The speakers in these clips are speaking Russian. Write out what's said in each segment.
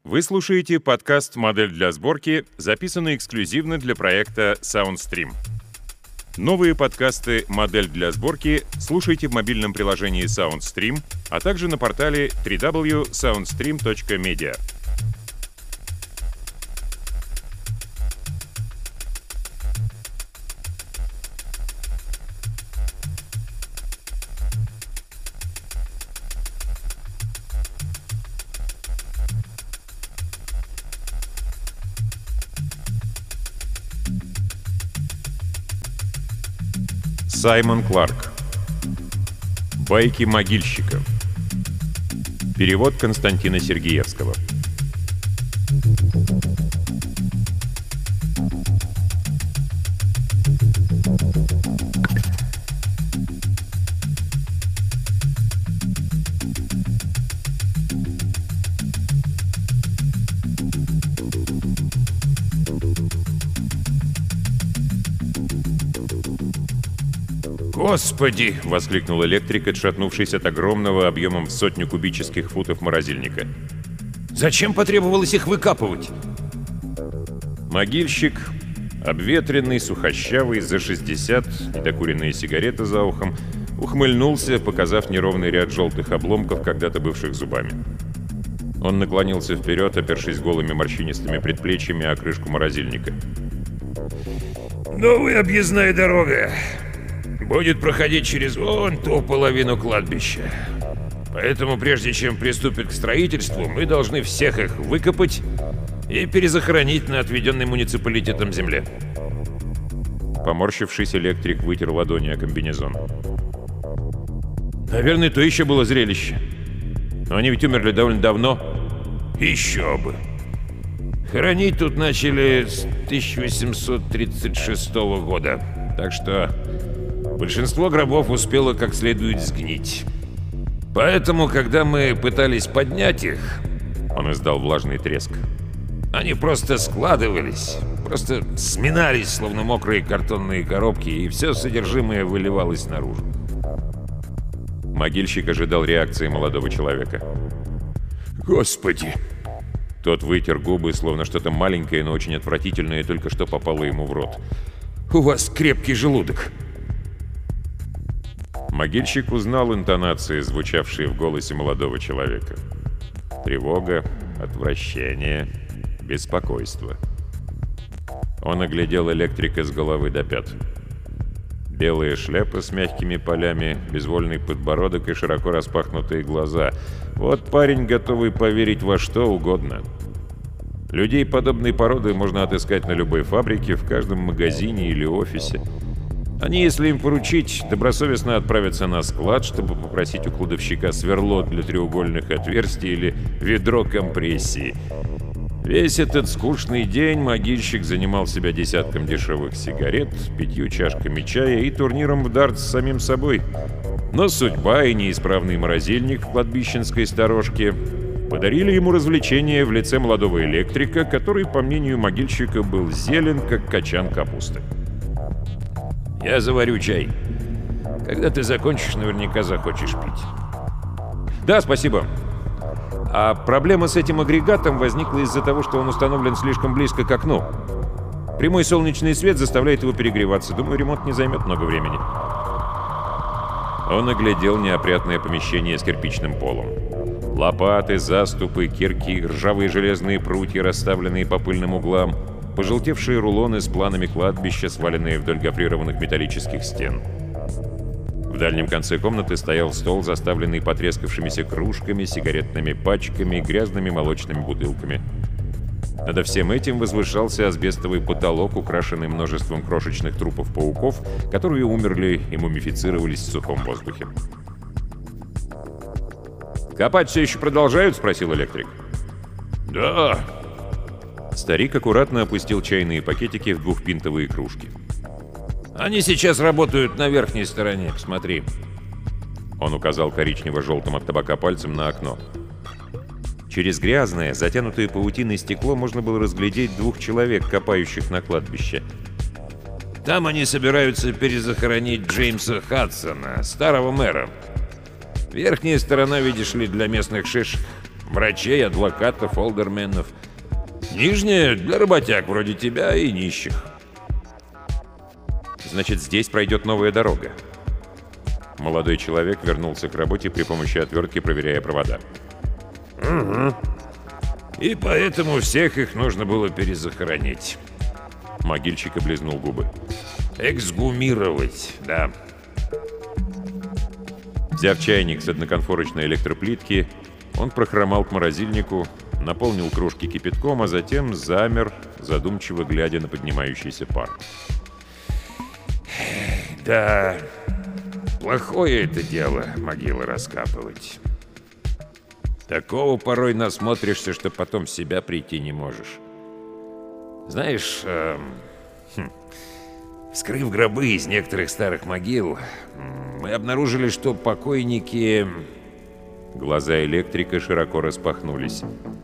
Вы слушаете подкаст «Модель для сборки», записанный эксклюзивно для проекта SoundStream. Новые подкасты «Модель для сборки» слушайте в мобильном приложении SoundStream, а также на портале www.soundstream.media. Саймон Кларк. Байки могильщика. Перевод Константина Сергеевского. «Господи!» — воскликнул электрик, отшатнувшись от огромного объемом в 100 кубических футов морозильника. «Зачем потребовалось их выкапывать?» Могильщик, обветренный, сухощавый, за 60, недокуренные сигареты за ухом, ухмыльнулся, показав неровный ряд желтых обломков, когда-то бывших зубами. Он наклонился вперед, опершись голыми морщинистыми предплечьями о крышку морозильника. «Новая объездная дорога будет проходить через вон ту половину кладбища. Поэтому прежде чем приступить к строительству, мы должны всех их выкопать и перезахоронить на отведенной муниципалитетом земле». Поморщившись, электрик вытер ладони о комбинезон. «Наверное, то еще было зрелище. Но они ведь умерли довольно давно». «Еще бы. Хоронить тут начали с 1836 года. Так что большинство гробов успело как следует сгнить. Поэтому, когда мы пытались поднять их...» Он издал влажный треск. «Они просто складывались, просто сминались, словно мокрые картонные коробки, и все содержимое выливалось наружу». Могильщик ожидал реакции молодого человека. «Господи!» Тот вытер губы, словно что-то маленькое, но очень отвратительное только что попало ему в рот. «У вас крепкий желудок!» Могильщик узнал интонации, звучавшие в голосе молодого человека. Тревога, отвращение, беспокойство. Он оглядел электрика с головы до пят. Белая шляпа с мягкими полями, безвольный подбородок и широко распахнутые глаза. Вот парень, готовый поверить во что угодно. Людей подобной породы можно отыскать на любой фабрике, в каждом магазине или офисе. Они, если им поручить, добросовестно отправятся на склад, чтобы попросить у кладовщика сверло для треугольных отверстий или ведро компрессии. Весь этот скучный день могильщик занимал себя десятком дешевых сигарет, 5 чашками чая и турниром в дартс с самим собой. Но судьба и неисправный морозильник в кладбищенской сторожке подарили ему развлечение в лице молодого электрика, который, по мнению могильщика, был зелен, как качан капусты. «Я заварю чай. Когда ты закончишь, наверняка захочешь пить». «Да, спасибо. А проблема с этим агрегатом возникла из-за того, что он установлен слишком близко к окну. Прямой солнечный свет заставляет его перегреваться. Думаю, ремонт не займет много времени». Он оглядел неопрятное помещение с кирпичным полом. Лопаты, заступы, кирки, ржавые железные прутья, расставленные по пыльным углам, пожелтевшие рулоны с планами кладбища, сваленные вдоль гофрированных металлических стен. В дальнем конце комнаты стоял стол, заставленный потрескавшимися кружками, сигаретными пачками, грязными молочными бутылками. Над всем этим возвышался асбестовый потолок, украшенный множеством крошечных трупов пауков, которые умерли и мумифицировались в сухом воздухе. «Копать все еще продолжают?» — спросил электрик. «Да». Старик аккуратно опустил чайные пакетики в двухпинтовые кружки. «Они сейчас работают на верхней стороне, посмотри». Он указал коричнево-желтым от табака пальцем на окно. Через грязное, затянутое паутиной стекло можно было разглядеть 2 человек, копающих на кладбище. «Там они собираются перезахоронить Джеймса Хадсона, старого мэра. Верхняя сторона, видишь ли, для местных шишек. врачей, адвокатов, олдерменов. Нижняя — для работяг вроде тебя и нищих. Значит, здесь пройдет новая дорога. Молодой человек вернулся к работе при помощи отвертки, проверяя провода. Угу. И поэтому всех их нужно было перезахоронить. Могильщик облизнул губы. Эксгумировать, да. Взяв чайник с одноконфорочной электроплитки, он прохромал к морозильнику, наполнил кружки кипятком, а затем замер, задумчиво глядя на поднимающийся пар. Да, плохое это дело — могилы раскапывать. Такого порой насмотришься, что потом в себя прийти не можешь. Знаешь, вскрыв гробы из некоторых старых могил, мы обнаружили, что покойники... Глаза электрика широко распахнулись.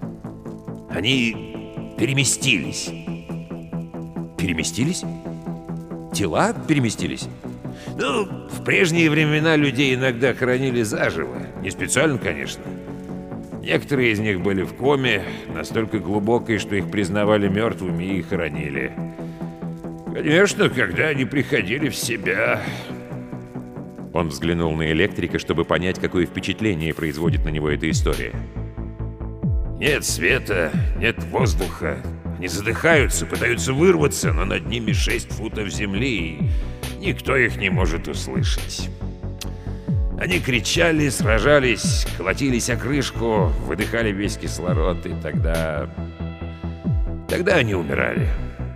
Они переместились. Переместились? Тела переместились? Ну, в прежние времена людей иногда хоронили заживо. Не специально, конечно. Некоторые из них были в коме, настолько глубокой, что их признавали мертвыми и хоронили. Конечно, когда они приходили в себя... Он взглянул на электрика, чтобы понять, какое впечатление производит на него эта история. Нет света, нет воздуха. Они задыхаются, пытаются вырваться, но над ними 6 футов земли, и никто их не может услышать. Они кричали, сражались, колотились о крышку, выдыхали весь кислород, и тогда они умирали.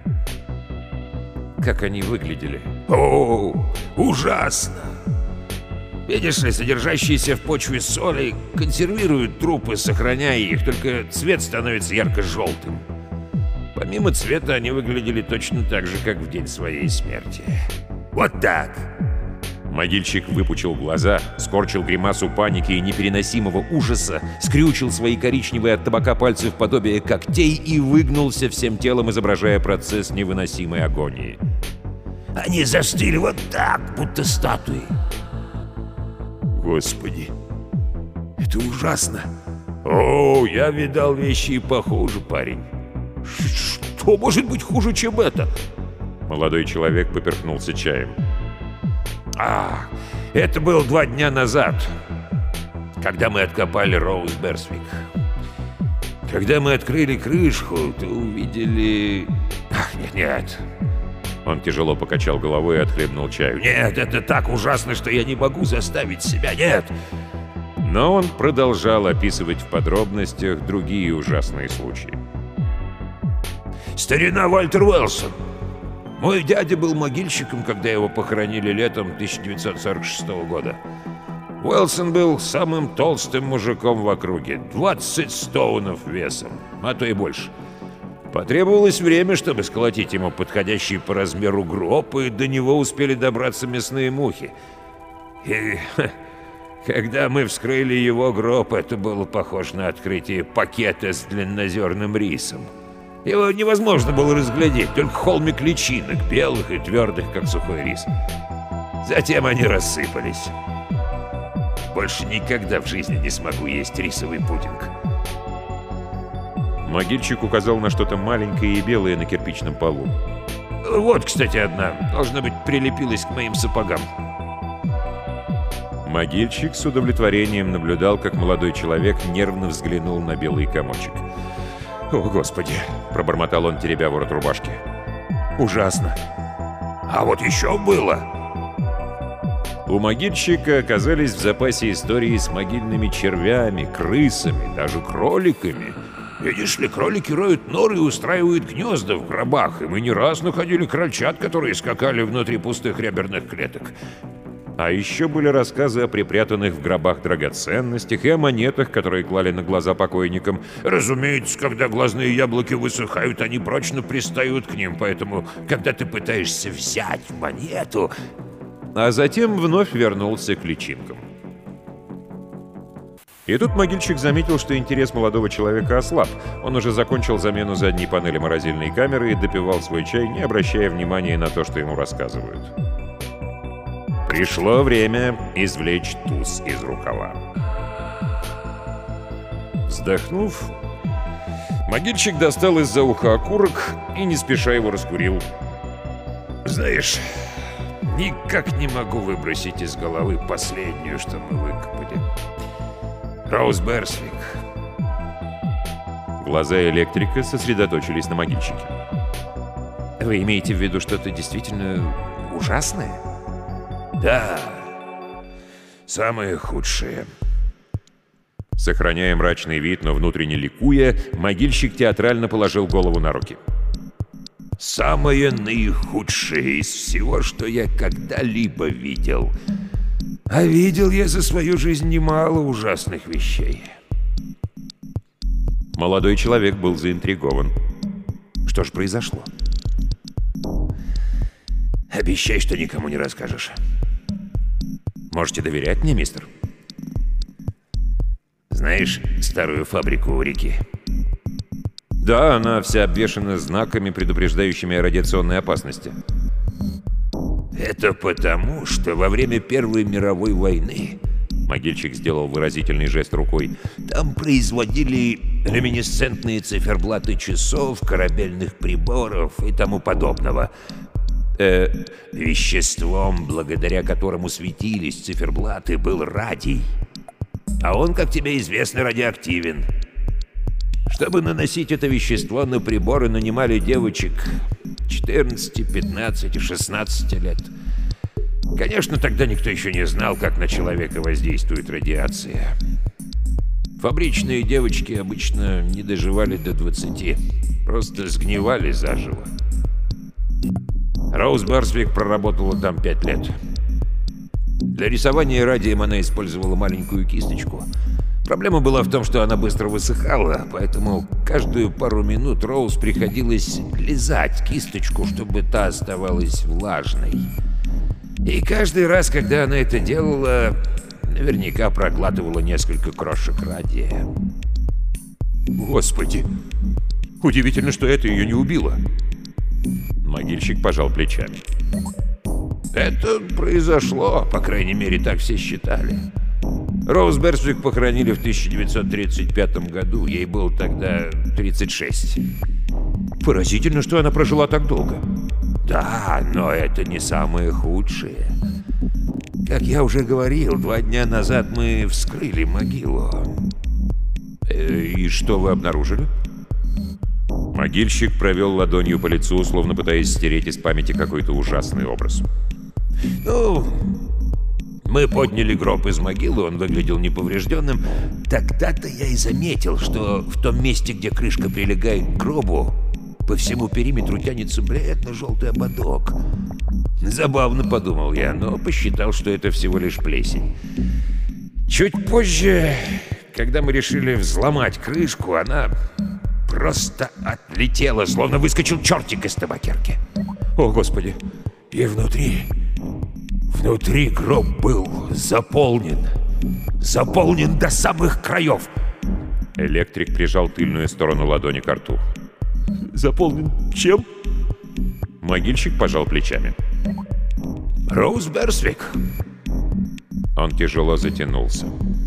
Как они выглядели? О, ужасно! Видишь ли, содержащиеся в почве соли консервируют трупы, сохраняя их, только цвет становится ярко-желтым. Помимо цвета, они выглядели точно так же, как в день своей смерти. Вот так! Могильщик выпучил глаза, скорчил гримасу паники и непереносимого ужаса, скрючил свои коричневые от табака пальцы в подобие когтей и выгнулся всем телом, изображая процесс невыносимой агонии. Они застыли вот так, будто статуи. Господи, это ужасно. О, я видал вещи и похуже, парень. Что может быть хуже, чем это? Молодой человек поперхнулся чаем. Это было 2 дня назад, когда мы откопали Роуз Берсвик. Когда мы открыли крышку, то увидели... Нет. Он тяжело покачал головой и отхлебнул чаю. Нет, это так ужасно, что я не могу заставить себя, нет. Но он продолжал описывать в подробностях другие ужасные случаи. Старина Вальтер Уэлсон. Мой дядя был могильщиком, когда его похоронили летом 1946 года. Уэлсон был самым толстым мужиком в округе, 20 стоунов весом, а то и больше. Потребовалось время, чтобы сколотить ему подходящий по размеру гроб, и до него успели добраться мясные мухи. И когда мы вскрыли его гроб, это было похоже на открытие пакета с длиннозерным рисом. Его невозможно было разглядеть, только холмик личинок, белых и твердых, как сухой рис. Затем они рассыпались. Больше никогда в жизни не смогу есть рисовый пудинг. Могильщик указал на что-то маленькое и белое на кирпичном полу. Вот, кстати, одна. Должна быть, прилепилась к моим сапогам. Могильщик с удовлетворением наблюдал, как молодой человек нервно взглянул на белый комочек. «О, Господи!» — пробормотал он, теребя ворот рубашки. «Ужасно!» «А вот еще было!» У могильщика оказались в запасе истории с могильными червями, крысами, даже кроликами. Видишь ли, кролики роют норы и устраивают гнезда в гробах, и мы не раз находили крольчат, которые скакали внутри пустых реберных клеток. А еще были рассказы о припрятанных в гробах драгоценностях и о монетах, которые клали на глаза покойникам. Разумеется, когда глазные яблоки высыхают, они прочно пристают к ним, поэтому, когда ты пытаешься взять монету... А затем вновь вернулся к личинкам. И тут могильщик заметил, что интерес молодого человека ослаб. Он уже закончил замену задней панели морозильной камеры и допивал свой чай, не обращая внимания на то, что ему рассказывают. Пришло время извлечь туз из рукава. Вздохнув, могильщик достал из-за уха окурок и не спеша его раскурил. Знаешь, никак не могу выбросить из головы последнюю, что мы выкопали. Роуз Берсвик. Глаза электрика сосредоточились на могильщике. Вы имеете в виду что-то действительно ужасное? Да, самое худшее. Сохраняя мрачный вид, но внутренне ликуя, могильщик театрально положил голову на руки. Самое наихудшее из всего, что я когда-либо видел. А видел я за свою жизнь немало ужасных вещей. Молодой человек был заинтригован. Что же произошло? Обещай, что никому не расскажешь. Можете доверять мне, мистер? Знаешь старую фабрику у реки? Да, она вся обвешана знаками, предупреждающими о радиационной опасности. Это потому, что во время Первой мировой войны, могильщик сделал выразительный жест рукой, там производили люминесцентные циферблаты часов, корабельных приборов и тому подобного. Веществом, благодаря которому светились циферблаты, был радий. А он, как тебе известно, радиоактивен. Чтобы наносить это вещество на приборы, нанимали девочек 14, 15, 16 лет. Конечно, тогда никто еще не знал, как на человека воздействует радиация. Фабричные девочки обычно не доживали до 20, просто сгнивали заживо. Роуз Берсвик проработала там 5 лет. Для рисования радием она использовала маленькую кисточку. Проблема была в том, что она быстро высыхала, поэтому каждую пару минут Роуз приходилось лизать кисточку, чтобы та оставалась влажной. И каждый раз, когда она это делала, наверняка проглатывала несколько крошек радия. Господи! Удивительно, что это ее не убило. Могильщик пожал плечами. Это произошло, по крайней мере, так все считали. Роуз Берсвик похоронили в 1935 году. Ей было тогда 36. Поразительно, что она прожила так долго. Да, но это не самое худшее. Как я уже говорил, 2 дня назад мы вскрыли могилу. И что вы обнаружили? Могильщик провел ладонью по лицу, словно пытаясь стереть из памяти какой-то ужасный образ. Ну, мы подняли гроб из могилы, он выглядел неповрежденным. Тогда-то я и заметил, что в том месте, где крышка прилегает к гробу, по всему периметру тянется бледно-желтый ободок. Забавно, подумал я, но посчитал, что это всего лишь плесень. Чуть позже, когда мы решили взломать крышку, она просто отлетела, словно выскочил чертик из табакерки. О, Господи! И внутри гроб был заполнен до самых краев. Электрик прижал тыльную сторону ладони к рту. Заполнен чем? Могильщик пожал плечами. Роуз Берсвик. Он тяжело затянулся.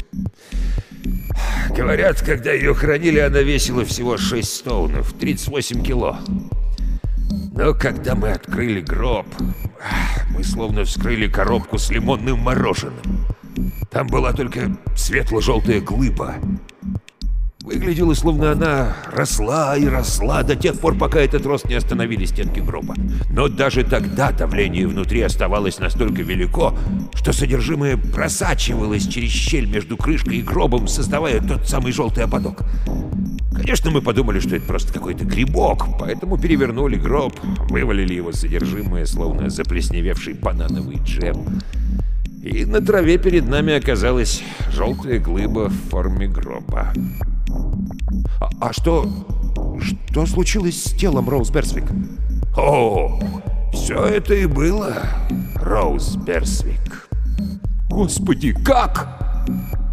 Говорят, когда ее хранили, она весила всего 6 стоунов, 38 кило. Но когда мы открыли гроб, мы словно вскрыли коробку с лимонным мороженым. Там была только светло-желтая глыба. Выглядело, словно она росла и росла до тех пор, пока этот рост не остановили стенки гроба. Но даже тогда давление внутри оставалось настолько велико, что содержимое просачивалось через щель между крышкой и гробом, создавая тот самый желтый ободок. Конечно, мы подумали, что это просто какой-то грибок, поэтому перевернули гроб, вывалили его содержимое, словно заплесневевший банановый джем. И на траве перед нами оказалась желтая глыба в форме гроба. А что случилось с телом Роуз Берсвик? О, все это и было Роуз Берсвик. Господи, как?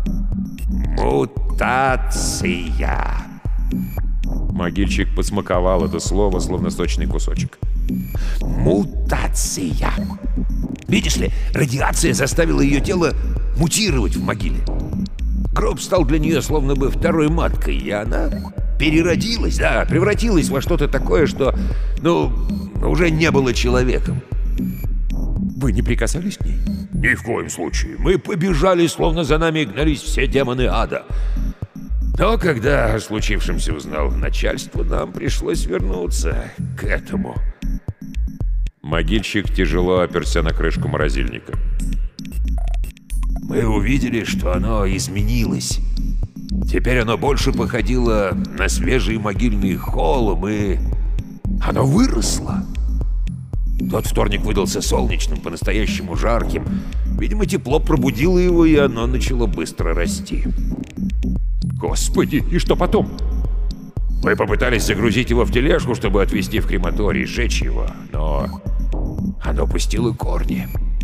Мутация. Могильщик посмаковал это слово, словно сочный кусочек. Мутация. Видишь ли, радиация заставила ее тело мутировать в могиле. Гроб стал для нее словно бы второй маткой, и она переродилась, да, превратилась во что-то такое, что, уже не было человеком. Вы не прикасались к ней? Ни в коем случае. Мы побежали, словно за нами гнались все демоны ада. Но когда о случившемся узнало начальство, нам пришлось вернуться к этому. Могильщик тяжело оперся на крышку морозильника. Мы увидели, что оно изменилось. Теперь оно больше походило на свежий могильный холм, и оно выросло. Тот вторник выдался солнечным, по-настоящему жарким. Видимо, тепло пробудило его, и оно начало быстро расти. Господи, и что потом? Мы попытались загрузить его в тележку, чтобы отвезти в крематорий, сжечь его, но оно пустило корни.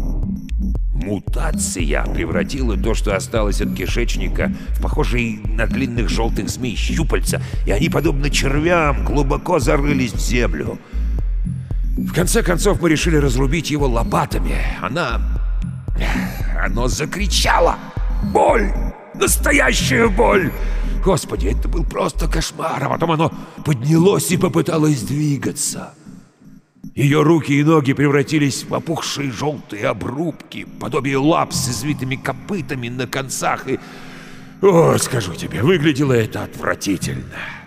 Мутация превратила то, что осталось от кишечника, в похожие на длинных желтых змей щупальца, и они, подобно червям, глубоко зарылись в землю. В конце концов, мы решили разрубить его лопатами. Оно закричало. Боль! Настоящая боль! Господи, это был просто кошмар. А потом оно поднялось и попыталось двигаться. Ее руки и ноги превратились в опухшие желтые обрубки, подобие лап с извитыми копытами на концах. И, скажу тебе, выглядело это отвратительно.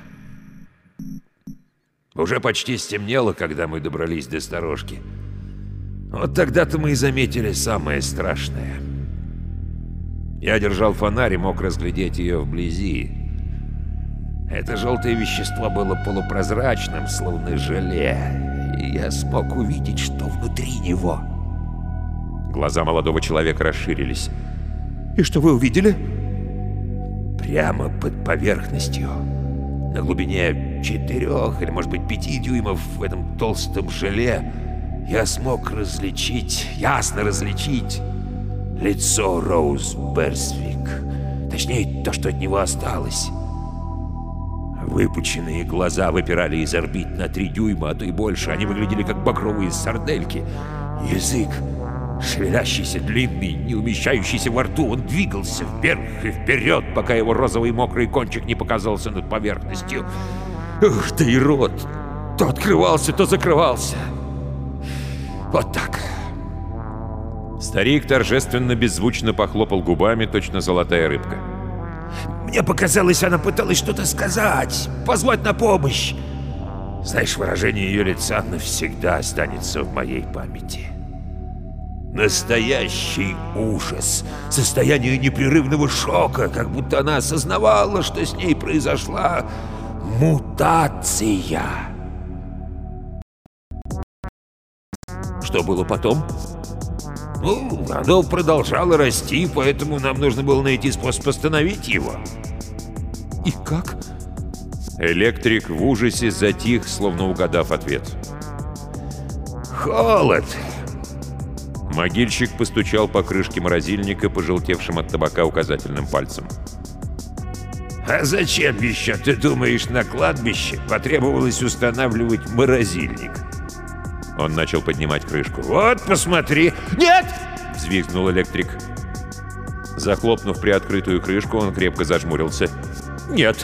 Уже почти стемнело, когда мы добрались до сторожки. Вот тогда-то мы и заметили самое страшное. Я держал фонарь и мог разглядеть ее вблизи. Это желтое вещество было полупрозрачным, словно желе, и я смог увидеть, что внутри него. Глаза молодого человека расширились. И что вы увидели? Прямо под поверхностью, на глубине 4 или, может быть, 5 дюймов в этом толстом желе, я смог ясно различить лицо Роуз Берсвик. Точнее, то, что от него осталось. Выпученные глаза выпирали из орбит на 3 дюйма, а то и больше. Они выглядели как багровые сардельки. Язык, шевелящийся, длинный, не умещающийся во рту, он двигался вверх и вперед, пока его розовый мокрый кончик не показался над поверхностью. Ух, да и рот! То открывался, то закрывался. Вот так. Старик торжественно беззвучно похлопал губами, точно золотая рыбка. Мне показалось, она пыталась что-то сказать, позвать на помощь. Знаешь, выражение ее лица навсегда останется в моей памяти. Настоящий ужас, состояние непрерывного шока, как будто она осознавала, что с ней произошла мутация. Что было потом? Оно продолжало расти, поэтому нам нужно было найти способ остановить его. И как? Электрик в ужасе затих, словно угадав ответ. Холод. Могильщик постучал по крышке морозильника, пожелтевшим от табака указательным пальцем. А зачем еще, ты думаешь, на кладбище потребовалось устанавливать морозильник? Он начал поднимать крышку. Вот, посмотри. Нет! Взвизгнул электрик. Захлопнув приоткрытую крышку, он крепко зажмурился. Нет.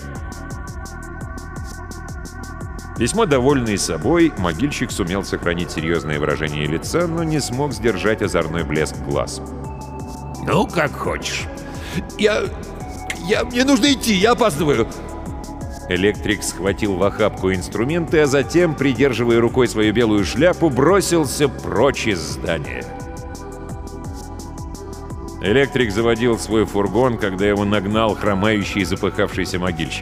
Весьма довольный собой, могильщик сумел сохранить серьезное выражение лица, но не смог сдержать озорной блеск глаз. Ну, как хочешь. Мне нужно идти, я опаздываю. Электрик схватил в охапку инструменты, а затем, придерживая рукой свою белую шляпу, бросился прочь из здания. Электрик заводил свой фургон, когда его нагнал хромающий и запыхавшийся могильщик.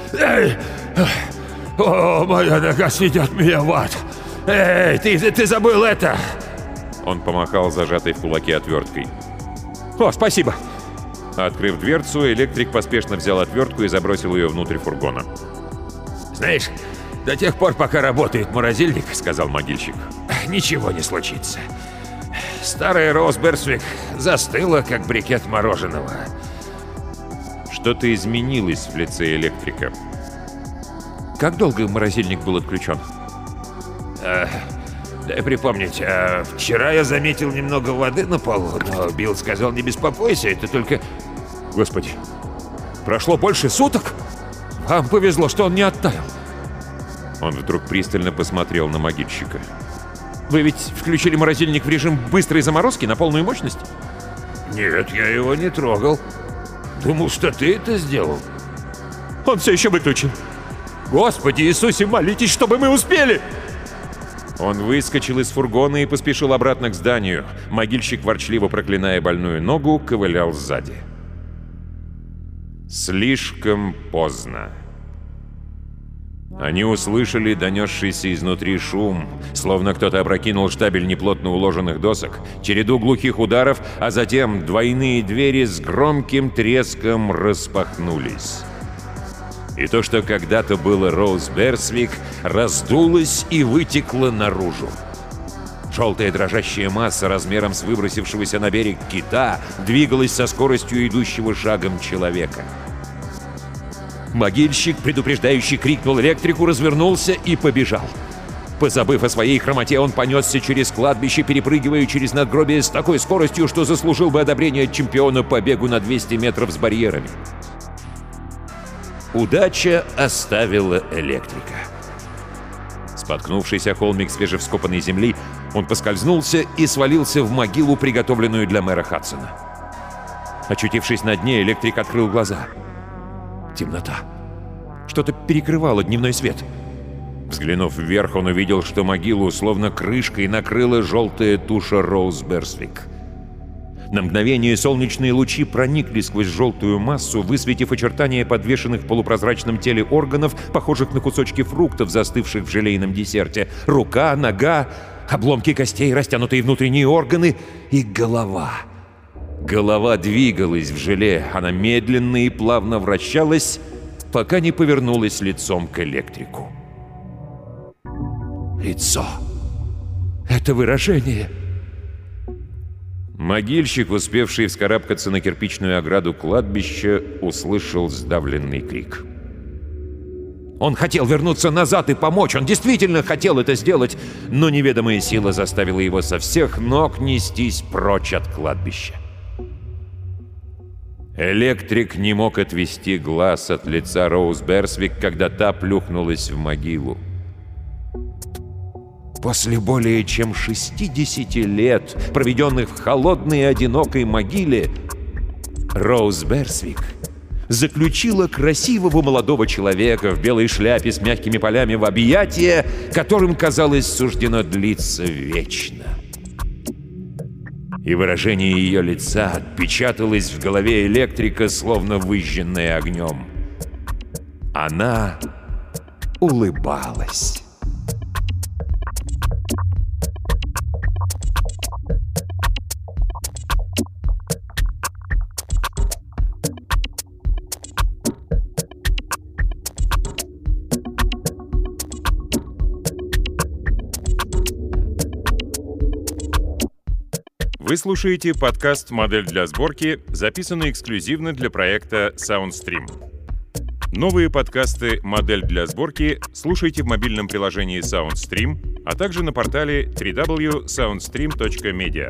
О, моя нога сведет меня в ад! Эй, ты забыл это! Он помахал зажатой в кулаке отверткой. О, спасибо! Открыв дверцу, электрик поспешно взял отвертку и забросил ее внутрь фургона. «Знаешь, до тех пор, пока работает морозильник, — сказал могильщик, — ничего не случится. Старая Роуз Берсвик застыла, как брикет мороженого». Что-то изменилось в лице электрика. Как долго морозильник был отключен? Дай припомнить, вчера я заметил немного воды на полу, но Билл сказал, не беспокойся, это только Господи, прошло больше суток? Вам повезло, что он не оттаял. Он вдруг пристально посмотрел на могильщика. «Вы ведь включили морозильник в режим быстрой заморозки на полную мощность?» Нет, я его не трогал. Думал, что ты это сделал. «Он все еще выключен!» Господи Иисусе, молитесь, чтобы мы успели!» Он выскочил из фургона и поспешил обратно к зданию. Могильщик, ворчливо проклиная больную ногу, ковылял сзади. Слишком поздно. Они услышали донесшийся изнутри шум, словно кто-то опрокинул штабель неплотно уложенных досок, череду глухих ударов, а затем двойные двери с громким треском распахнулись. И то, что когда-то было Роуз Берсвик, раздулось и вытекло наружу. Желтая дрожащая масса размером с выбросившегося на берег кита двигалась со скоростью идущего шагом человека. Могильщик, предупреждающий, крикнул электрику, развернулся и побежал. Позабыв о своей хромоте, он понесся через кладбище, перепрыгивая через надгробие с такой скоростью, что заслужил бы одобрение от чемпиона по бегу на 200 метров с барьерами. Удача оставила электрика. Споткнувшись о холмик свежевскопанной земли, он поскользнулся и свалился в могилу, приготовленную для мэра Хадсона. Очутившись на дне, электрик открыл глаза. Темнота. Что-то перекрывало дневной свет. Взглянув вверх, он увидел, что могилу словно крышкой накрыла желтая туша Роуз Берсвик. На мгновение солнечные лучи проникли сквозь желтую массу, высветив очертания подвешенных в полупрозрачном теле органов, похожих на кусочки фруктов, застывших в желейном десерте. Рука, нога, обломки костей, растянутые внутренние органы и голова. Голова двигалась в желе, она медленно и плавно вращалась, пока не повернулась лицом к электрику. Лицо. Это выражение. Могильщик, успевший вскарабкаться на кирпичную ограду кладбища, услышал сдавленный крик. Он хотел вернуться назад и помочь, он действительно хотел это сделать, но неведомая сила заставила его со всех ног нестись прочь от кладбища. Электрик не мог отвести глаз от лица Роуз Берсвик, когда та плюхнулась в могилу. После более чем 60 лет, проведенных в холодной и одинокой могиле, Роуз Берсвик заключила красивого молодого человека в белой шляпе с мягкими полями в объятия, которым, казалось, суждено длиться вечно. И выражение ее лица отпечаталось в голове электрика, словно выжженное огнем. Она улыбалась. Вы слушаете подкаст «Модель для сборки», записанный эксклюзивно для проекта SoundStream. Новые подкасты «Модель для сборки» слушайте в мобильном приложении SoundStream, а также на портале www.soundstream.media.